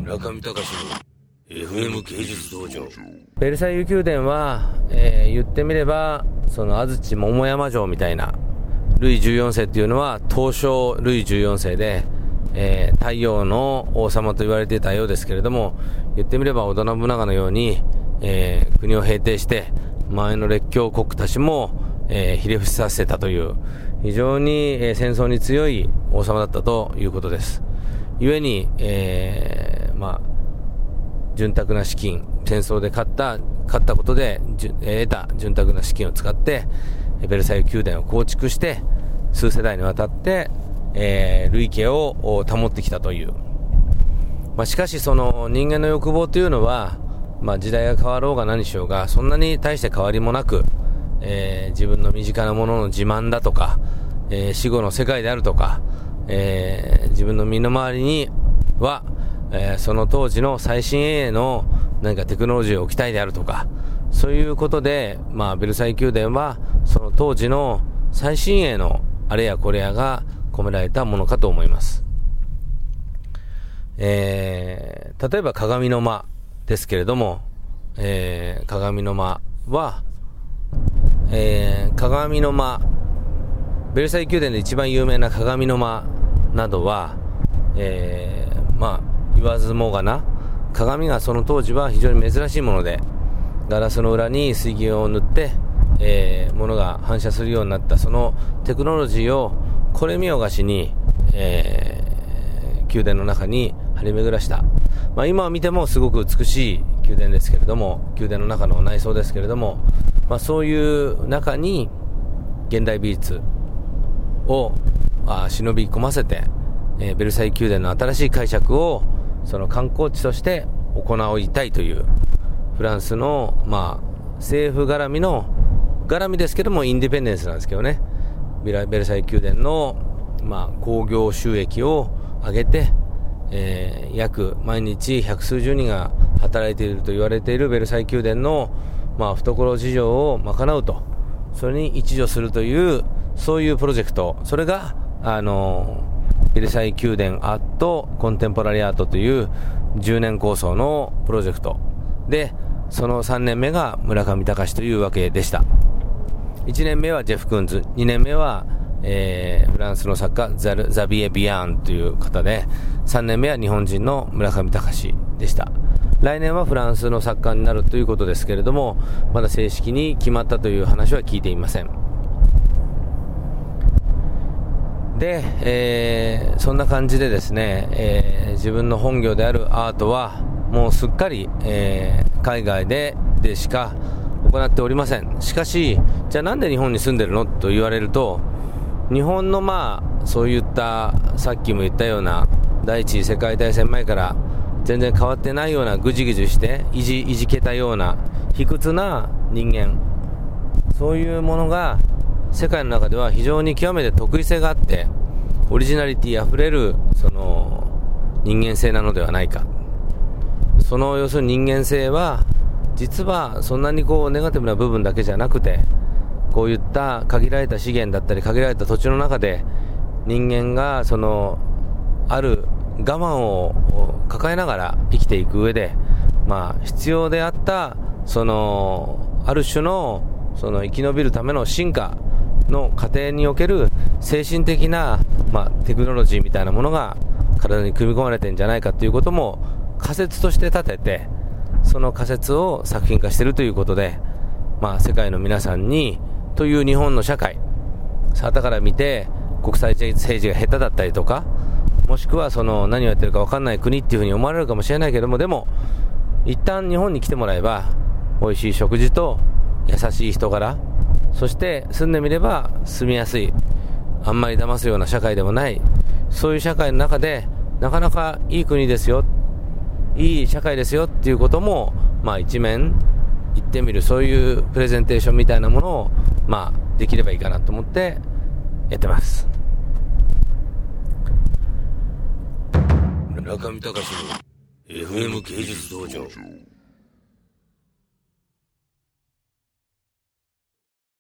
村上隆の FM 芸術道場。 ベルサイユ宮殿は、言ってみればその安土桃山城みたいな、ルイ14世っていうのは東証ルイ14世で、太陽の王様と言われていたようですけれども、言ってみれば織田信長のように、国を平定して前の列強国たちも、ひれ伏させたという非常に、戦争に強い王様だったということです。故に、潤沢な資金、戦争で勝ったことで得た潤沢な資金を使ってベルサイユ宮殿を構築して数世代にわたって、類型を保ってきたという、しかしその人間の欲望というのは、時代が変わろうが何しようがそんなに大して変わりもなく、自分の身近なものの自慢だとか、死後の世界であるとか、自分の身の回りには、その当時の最新鋭の何かテクノロジーを置きたいであるとか、そういうことで、ベルサイユ宮殿はその当時の最新鋭のあれやこれやが込められたものかと思います。例えば鏡の間ですけれども、鏡の間は、鏡の間、ベルサイユ宮殿で一番有名な鏡の間などは、言わずもがな、鏡がその当時は非常に珍しいもので、ガラスの裏に水銀を塗って、物が反射するようになったそのテクノロジーをこれ見よがしに、宮殿の中に張り巡らした、今見てもすごく美しい宮殿ですけれども、宮殿の中の内装ですけれども、そういう中に現代美術を忍び込ませて、ベルサイユ宮殿の新しい解釈をその観光地として行いたいというフランスの、政府絡みですけどもインディペンデンスなんですけどね、ベルサイユ宮殿の、興行収益を上げて、約毎日百数十人が働いていると言われているベルサイユ宮殿の、懐事情を賄うと、それに一助するというそういうプロジェクト、それがベルサイユ宮殿アートコンテンポラリーアートという10年構想のプロジェクトで、その3年目が村上隆というわけでした。1年目はジェフ・クーンズ、2年目は、フランスの作家ザビエ・ビアーンという方で、3年目は日本人の村上隆でした。来年はフランスの作家になるということですけれども、まだ正式に決まったという話は聞いていません。で、そんな感じでですね、自分の本業であるアートはもうすっかり、海外でしか行っておりません。しかし、じゃあなんで日本に住んでるのと言われると、日本のそういったさっきも言ったような第一次世界大戦前から全然変わってないようなぐじぐじしていじけたような卑屈な人間、そういうものが世界の中では非常に極めて特異性があって、オリジナリティあふれるその人間性なのではないか。その要するに人間性は実はそんなにネガティブな部分だけじゃなくて、こういった限られた資源だったり限られた土地の中で人間がそのある我慢を抱えながら生きていく上で、必要であったそのある種のその生き延びるための進化の過程における精神的な、テクノロジーみたいなものが体に組み込まれてるんじゃないかということも仮説として立てて、その仮説を作品化しているということで、世界の皆さんにという日本の社会、傍から見て国際政治が下手だったりとか、もしくはその何をやってるか分かんない国っていうふうに思われるかもしれないけども、でも一旦日本に来てもらえば美味しい食事と優しい人柄、そして住んでみれば住みやすい、あんまり騙すような社会でもない、そういう社会の中でなかなかいい国ですよ、いい社会ですよっていうことも、一面言ってみる、そういうプレゼンテーションみたいなものをできればいいかなと思ってやってます。 村上隆の FM 芸術道場。